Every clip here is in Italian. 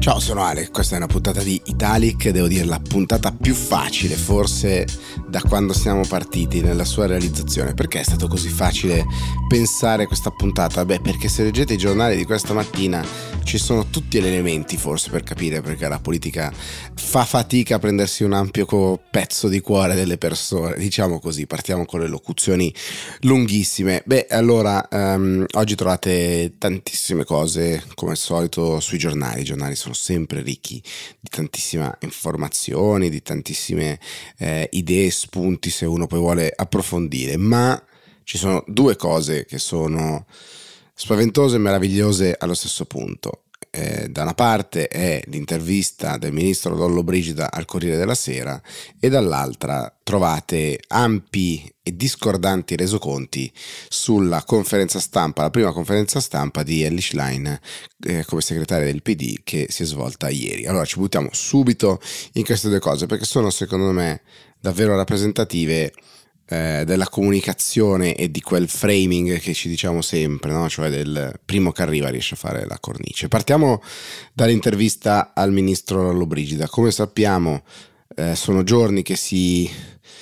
Ciao, sono Ale, questa è una puntata di Italic, devo dire la puntata più facile forse da quando siamo partiti nella sua realizzazione. Perché è stato così facile pensare questa puntata? Beh, perché se leggete i giornali di questa mattina ci sono tutti gli elementi forse per capire perché la politica fa fatica a prendersi un ampio pezzo di cuore delle persone, diciamo così. Partiamo con le locuzioni lunghissime. Beh, allora, oggi trovate tantissime cose come al solito sui giornali. I giornali sono sempre ricchi di tantissime informazioni, di tantissime idee, spunti se uno poi vuole approfondire, ma ci sono due cose che sono spaventose e meravigliose allo stesso punto. Da una parte è l'intervista del ministro Lollobrigida al Corriere della Sera e dall'altra trovate ampi e discordanti resoconti sulla conferenza stampa, la prima conferenza stampa di Elly Schlein come segretaria del PD che si è svolta ieri. Allora ci buttiamo subito in queste due cose perché sono secondo me davvero rappresentative della comunicazione e di quel framing che ci diciamo sempre, no? Cioè del primo che arriva riesce a fare la cornice. Partiamo dall'intervista al ministro Lollobrigida. Come sappiamo sono giorni che si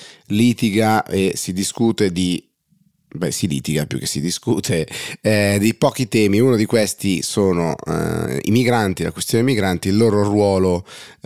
litiga e si discute si litiga più che si discute di pochi temi. Uno di questi sono i migranti, la questione dei migranti, il loro ruolo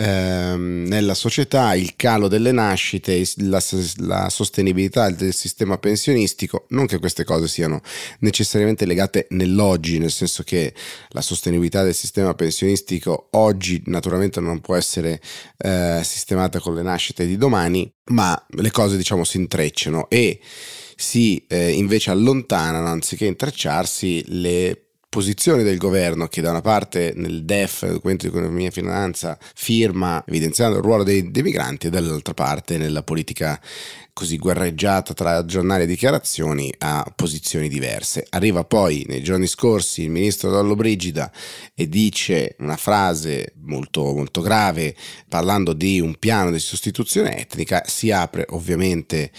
nella società, il calo delle nascite, la sostenibilità del sistema pensionistico. Non che queste cose siano necessariamente legate nell'oggi, nel senso che la sostenibilità del sistema pensionistico oggi naturalmente non può essere sistemata con le nascite di domani, ma le cose diciamo si intrecciano e si invece allontanano anziché intrecciarsi le posizioni del governo che da una parte nel DEF, documento di economia e finanza, firma evidenziando il ruolo dei migranti e dall'altra parte nella politica così guerreggiata tra giornali e dichiarazioni a posizioni diverse. Arriva poi nei giorni scorsi il ministro Lollobrigida e dice una frase molto molto grave parlando di un piano di sostituzione etnica. Si apre ovviamente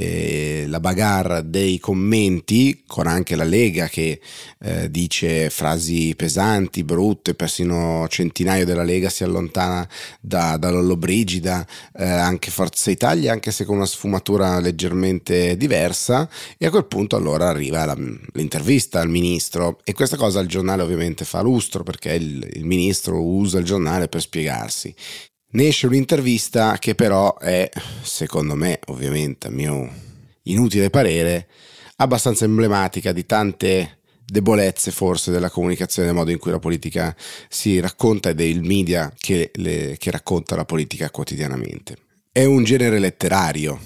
la bagarre dei commenti con anche la Lega che dice frasi pesanti, brutte, persino centinaio della Lega si allontana da Lollobrigida, anche Forza Italia, anche se con una sfumatura leggermente diversa, e a quel punto allora arriva l'intervista al ministro e questa cosa il giornale ovviamente fa lustro perché il ministro usa il giornale per spiegarsi. Ne esce un'intervista che però è, secondo me, ovviamente a mio inutile parere, abbastanza emblematica di tante debolezze forse della comunicazione, del modo in cui la politica si racconta e del media che racconta la politica quotidianamente. È un genere letterario,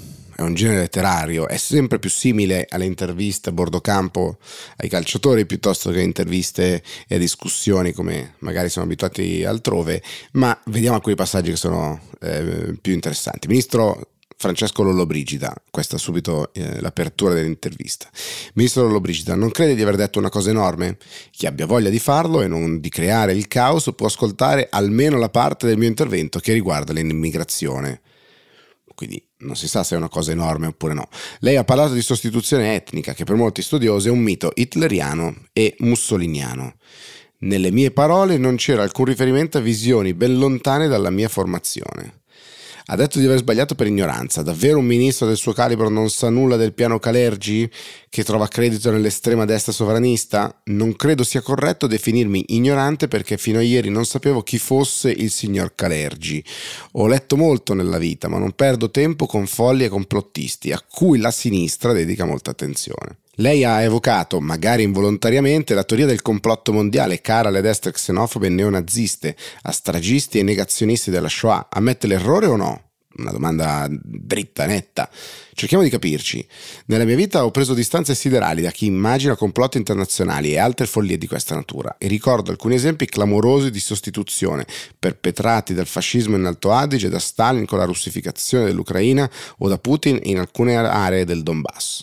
è sempre più simile alle interviste a bordo campo ai calciatori piuttosto che interviste e discussioni come magari siamo abituati altrove, ma vediamo alcuni passaggi che sono più interessanti. Ministro Francesco Lollobrigida, questa subito l'apertura dell'intervista. Ministro Lollobrigida, non crede di aver detto una cosa enorme? Chi abbia voglia di farlo e non di creare il caos può ascoltare almeno la parte del mio intervento che riguarda l'immigrazione. Quindi non si sa se è una cosa enorme oppure no. Lei ha parlato di sostituzione etnica, che per molti studiosi è un mito hitleriano e mussoliniano. Nelle mie parole non c'era alcun riferimento a visioni ben lontane dalla mia formazione. Ha detto di aver sbagliato per ignoranza. Davvero un ministro del suo calibro non sa nulla del piano Kalergi, che trova credito nell'estrema destra sovranista? Non credo sia corretto definirmi ignorante perché fino a ieri non sapevo chi fosse il signor Kalergi. Ho letto molto nella vita, ma non perdo tempo con folli e complottisti, a cui la sinistra dedica molta attenzione. Lei ha evocato, magari involontariamente, la teoria del complotto mondiale cara alle destre xenofobe e neonaziste, a stragisti e negazionisti della Shoah. Ammette l'errore o no? Una domanda dritta, netta. Cerchiamo di capirci. Nella mia vita ho preso distanze siderali da chi immagina complotti internazionali e altre follie di questa natura e ricordo alcuni esempi clamorosi di sostituzione perpetrati dal fascismo in Alto Adige, da Stalin con la russificazione dell'Ucraina o da Putin in alcune aree del Donbass.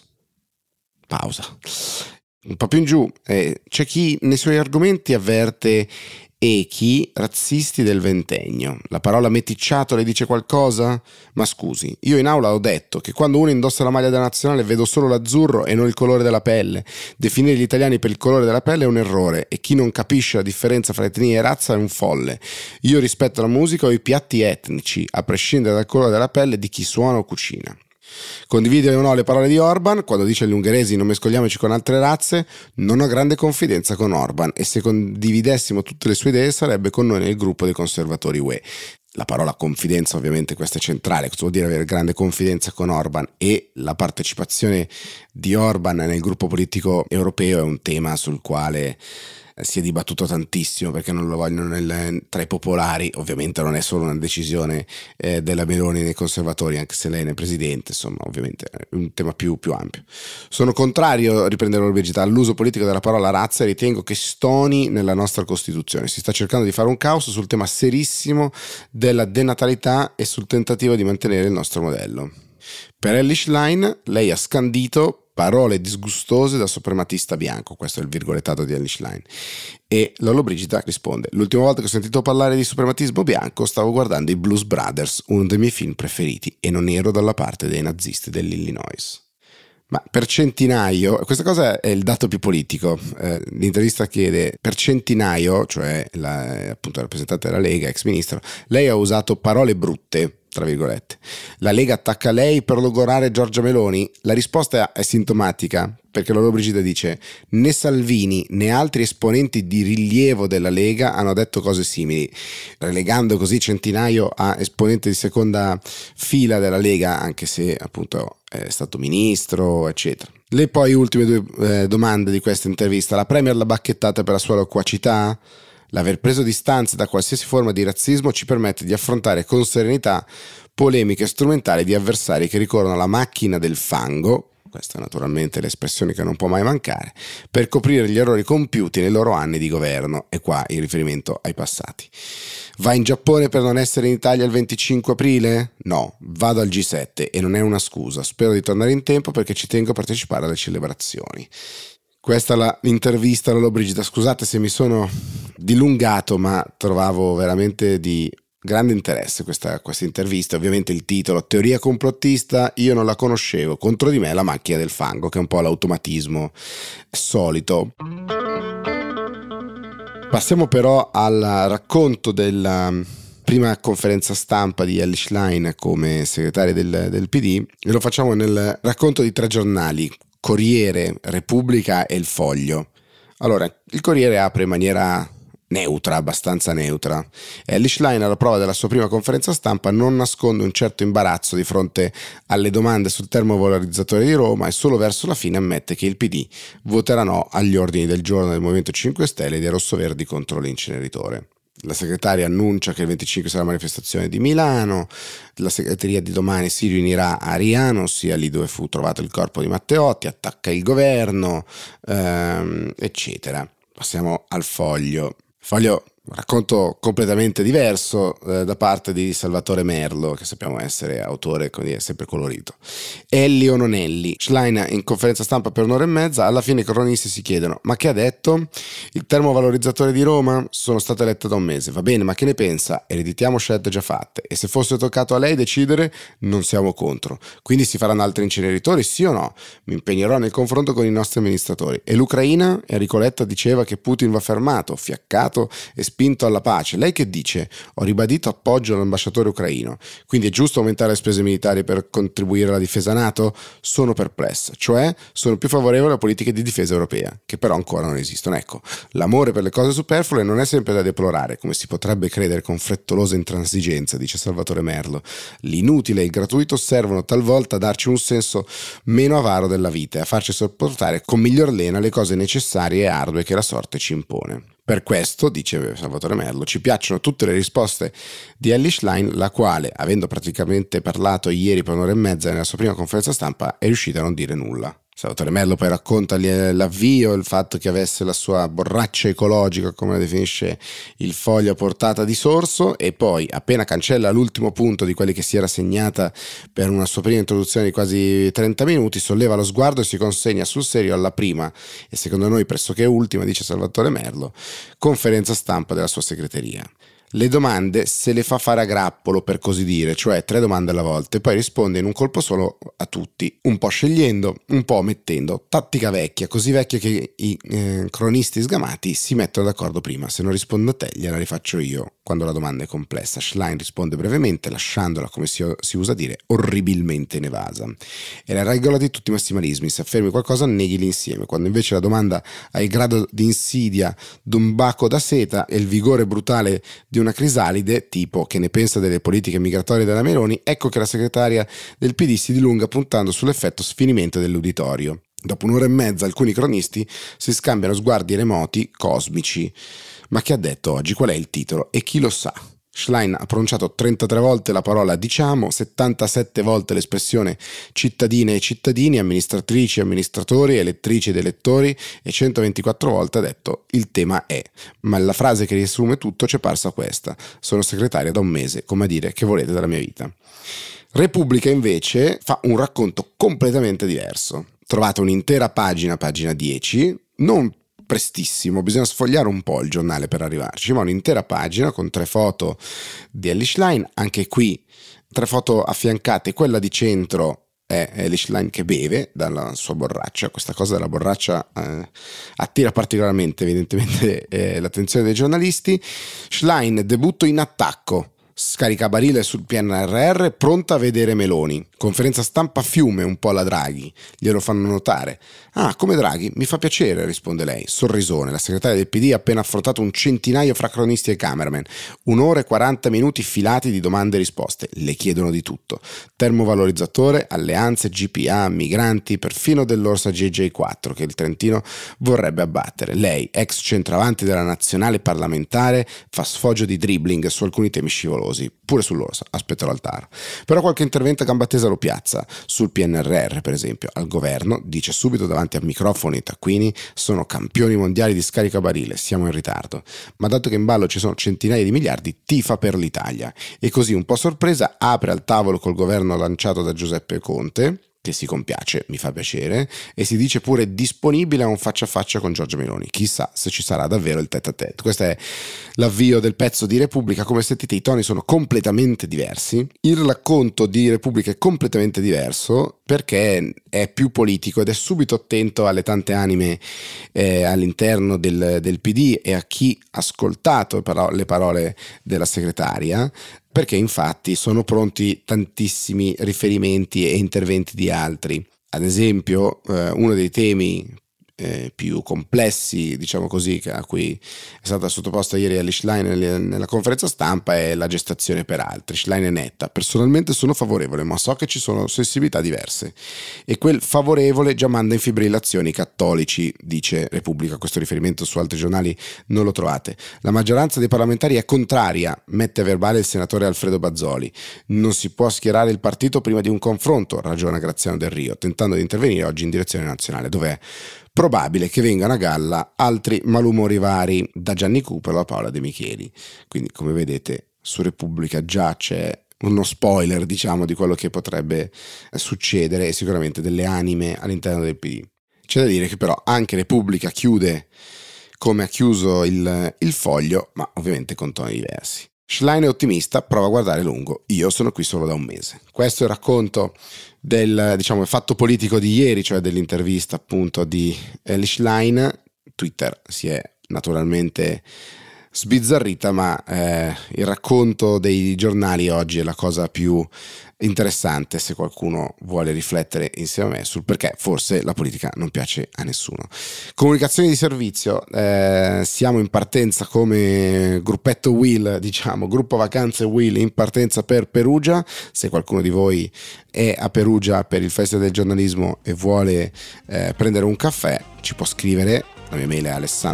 Pausa. Un po' più in giù c'è chi nei suoi argomenti avverte echi razzisti del ventennio. La parola meticciato le dice qualcosa? Ma scusi, io in aula ho detto che quando uno indossa la maglia della nazionale vedo solo l'azzurro e non il colore della pelle. Definire gli italiani per il colore della pelle è un errore e chi non capisce la differenza fra etnia e razza è un folle. Io rispetto la musica o i piatti etnici, a prescindere dal colore della pelle di chi suona o cucina. Condividere o no le parole di Orban quando dice agli ungheresi non mescoliamoci con altre razze? Non ho grande confidenza con Orban e se condividessimo tutte le sue idee sarebbe con noi nel gruppo dei conservatori UE. La parola confidenza ovviamente questa è centrale, cosa vuol dire avere grande confidenza con Orban, e la partecipazione di Orban nel gruppo politico europeo è un tema sul quale si è dibattuto tantissimo perché non lo vogliono tra i popolari. Ovviamente non è solo una decisione della Meloni dei conservatori, anche se lei ne è presidente, insomma ovviamente è un tema più ampio. Sono contrario, riprende l'Olbrigida, all'uso politico della parola razza e ritengo che stoni nella nostra Costituzione. Si sta cercando di fare un caos sul tema serissimo della denatalità e sul tentativo di mantenere il nostro modello. Per Elly Schlein lei ha scandito parole disgustose da suprematista bianco, questo è il virgolettato di Elly Schlein, e Lollobrigida risponde: l'ultima volta che ho sentito parlare di suprematismo bianco stavo guardando i Blues Brothers, uno dei miei film preferiti, e non ero dalla parte dei nazisti dell'Illinois. Ma per centinaio, questa cosa è il dato più politico, l'intervista chiede per centinaio, cioè appunto la rappresentante della Lega, ex ministro, lei ha usato parole brutte, tra virgolette. La Lega attacca lei per logorare Giorgia Meloni? La risposta è sintomatica, perché Lollobrigida dice: né Salvini né altri esponenti di rilievo della Lega hanno detto cose simili, relegando così Centinaio a esponente di seconda fila della Lega, anche se appunto è stato ministro, eccetera. Le poi ultime due domande di questa intervista: la Premier l'ha bacchettata per la sua loquacità? L'aver preso distanze da qualsiasi forma di razzismo ci permette di affrontare con serenità polemiche strumentali di avversari che ricorrono alla macchina del fango, questa è naturalmente l'espressione che non può mai mancare, per coprire gli errori compiuti nei loro anni di governo, e qua il riferimento ai passati. Va in Giappone per non essere in Italia il 25 aprile? No, vado al G7 e non è una scusa, spero di tornare in tempo perché ci tengo a partecipare alle celebrazioni. Questa è l'intervista a Lollobrigida. Scusate se mi sono dilungato, ma trovavo veramente di grande interesse questa intervista. Ovviamente il titolo, teoria complottista, io non la conoscevo, contro di me la macchina del fango, che è un po' l'automatismo solito. Passiamo però al racconto della prima conferenza stampa di Elly Schlein come segretaria del PD, e lo facciamo nel racconto di 3 giornali: Corriere, Repubblica e Il Foglio. Allora, il Corriere apre in maniera neutra, abbastanza neutra. Elly Schlein, alla prova della sua prima conferenza stampa, non nasconde un certo imbarazzo di fronte alle domande sul termovalorizzatore di Roma e solo verso la fine ammette che il PD voterà no agli ordini del giorno del Movimento 5 Stelle e dei Rossoverdi contro l'inceneritore. La segretaria annuncia che il 25 sarà la manifestazione di Milano, la segreteria di domani si riunirà a Riano, ossia lì dove fu trovato il corpo di Matteotti, attacca il governo, eccetera. Passiamo al Foglio. Foglio, racconto completamente diverso da parte di Salvatore Merlo, che sappiamo essere autore sempre colorito. Elly o non Elly? Schlein in conferenza stampa per un'ora e mezza, alla fine i cronisti si chiedono: ma che ha detto? Il termovalorizzatore di Roma? Sono stata eletta da un mese, va bene, ma che ne pensa? Ereditiamo scelte già fatte, e se fosse toccato a lei decidere, non siamo contro. Quindi si faranno altri inceneritori, sì o no? Mi impegnerò nel confronto con i nostri amministratori. E l'Ucraina? Enrico Letta diceva che Putin va fermato, fiaccato e spinto alla pace. Lei che dice? Ho ribadito appoggio all'ambasciatore ucraino. Quindi è giusto aumentare le spese militari per contribuire alla difesa NATO? Sono perplessa, cioè sono più favorevole a politiche di difesa europea, che però ancora non esistono. Ecco, l'amore per le cose superflue non è sempre da deplorare, come si potrebbe credere con frettolosa intransigenza, dice Salvatore Merlo. L'inutile e il gratuito servono talvolta a darci un senso meno avaro della vita e a farci sopportare con miglior lena le cose necessarie e ardue che la sorte ci impone. Per questo, dice Salvatore Merlo, ci piacciono tutte le risposte di Elly Schlein, la quale, avendo praticamente parlato ieri per un'ora e mezza nella sua prima conferenza stampa, è riuscita a non dire nulla. Salvatore Merlo poi racconta l'avvio, il fatto che avesse la sua borraccia ecologica, come la definisce il Foglio, a portata di sorso, e poi appena cancella l'ultimo punto di quelli che si era segnata per una sua prima introduzione di quasi 30 minuti, solleva lo sguardo e si consegna sul serio alla prima e secondo noi pressoché ultima, dice Salvatore Merlo, conferenza stampa della sua segreteria. Le domande se le fa fare a grappolo, per così dire, cioè 3 domande alla volta, e poi risponde in un colpo solo a tutti, un po' scegliendo, un po' omettendo. Tattica vecchia, così vecchia che i cronisti sgamati si mettono d'accordo prima. Se non rispondo a te, gliela rifaccio io quando la domanda è complessa. Schlein risponde brevemente, lasciandola, come si usa dire, orribilmente inevasa. È la regola di tutti i massimalismi: se affermi qualcosa, neghili insieme. Quando invece la domanda ha il grado di insidia d'un baco da seta e il vigore brutale di una crisalide, tipo che ne pensa delle politiche migratorie della Meloni, ecco che la segretaria del PD si dilunga puntando sull'effetto sfinimento dell'uditorio. Dopo un'ora e mezza alcuni cronisti si scambiano sguardi remoti, cosmici. Ma che ha detto oggi? Qual è il titolo? E chi lo sa? Schlein ha pronunciato 33 volte la parola diciamo, 77 volte l'espressione cittadine e cittadini, amministratrici e amministratori, elettrici ed elettori, e 124 volte ha detto il tema è. Ma la frase che riassume tutto c'è parsa questa: sono segretaria da un mese, come a dire che volete dalla mia vita. Repubblica invece fa un racconto completamente diverso. Trovate un'intera pagina 10, non prestissimo, bisogna sfogliare un po' il giornale per arrivarci, ma un'intera pagina con 3 foto di Elly Schlein, anche qui 3 foto affiancate, quella di centro è Elly Schlein che beve dalla sua borraccia. Questa cosa della borraccia attira particolarmente evidentemente l'attenzione dei giornalisti. Schlein, debutto in attacco, scaricabarile sul PNRR, pronta a vedere Meloni. Conferenza stampa fiume un po' alla Draghi, glielo fanno notare. Ah, come Draghi? Mi fa piacere, risponde lei, sorrisone. La segretaria del PD ha appena affrontato un centinaio fra cronisti e cameraman. 1 ora e 40 minuti filati di domande e risposte. Le chiedono di tutto: termovalorizzatore, alleanze, GPA, migranti, perfino dell'Orsa JJ4 che il Trentino vorrebbe abbattere. Lei, ex centravanti della nazionale parlamentare, fa sfoggio di dribbling su alcuni temi scivolosi, pure sull'Orsa, aspetterò al TAR. Però qualche intervento a gamba tesa lo piazza. Sul PNRR, per esempio, al governo dice subito davanti a microfoni e taccuini: sono campioni mondiali di scaricabarile, siamo in ritardo. Ma dato che in ballo ci sono centinaia di miliardi, tifa per l'Italia. E così, un po' sorpresa, apre al tavolo col governo lanciato da Giuseppe Conte, che si compiace, mi fa piacere, e si dice pure disponibile a un faccia a faccia con Giorgia Meloni. Chissà se ci sarà davvero il tête-à-tête. Questo è l'avvio del pezzo di Repubblica. Come sentite, i toni sono completamente diversi. Il racconto di Repubblica è completamente diverso perché è più politico ed è subito attento alle tante anime all'interno del PD e a chi ha ascoltato le parole della segretaria, perché infatti sono pronti tantissimi riferimenti e interventi di altri. Ad esempio, uno dei temi più complessi, diciamo così, a cui è stata sottoposta ieri Elly Schlein nella conferenza stampa è la gestazione per altri. Schlein è netta: personalmente sono favorevole, ma so che ci sono sensibilità diverse. E quel favorevole già manda in fibrillazione i cattolici, dice Repubblica. Questo riferimento su altri giornali non lo trovate. La maggioranza dei parlamentari è contraria, mette a verbale il senatore Alfredo Bazzoli. Non si può schierare il partito prima di un confronto, ragiona Graziano Del Rio, tentando di intervenire oggi in direzione nazionale, dove probabile che vengano a galla altri malumori vari, da Gianni Cupolo a Paola De Micheli. Quindi, come vedete, su Repubblica già c'è uno spoiler, diciamo, di quello che potrebbe succedere, e sicuramente delle anime all'interno del PD. C'è da dire che però anche Repubblica chiude come ha chiuso il Foglio, ma ovviamente con toni diversi. Schlein è ottimista, prova a guardare lungo. Io sono qui solo da un mese. Questo è il racconto del, diciamo, il fatto politico di ieri, cioè dell'intervista appunto di Elly Schlein. Twitter si è naturalmente sbizzarrita, ma il racconto dei giornali oggi è la cosa più interessante se qualcuno vuole riflettere insieme a me sul perché forse la politica non piace a nessuno. Comunicazioni di servizio, siamo in partenza come gruppetto Will, diciamo gruppo vacanze Will, in partenza per Perugia. Se qualcuno di voi è a Perugia per il Festival del Giornalismo e vuole prendere un caffè, ci può scrivere. La mia mail è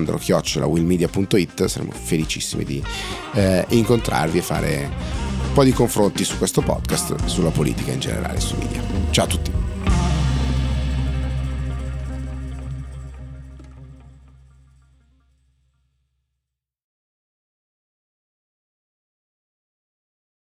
alessandro@willmedia.it. saremo felicissimi di incontrarvi e fare un po' di confronti su questo podcast, sulla politica in generale, sui media. Ciao a tutti.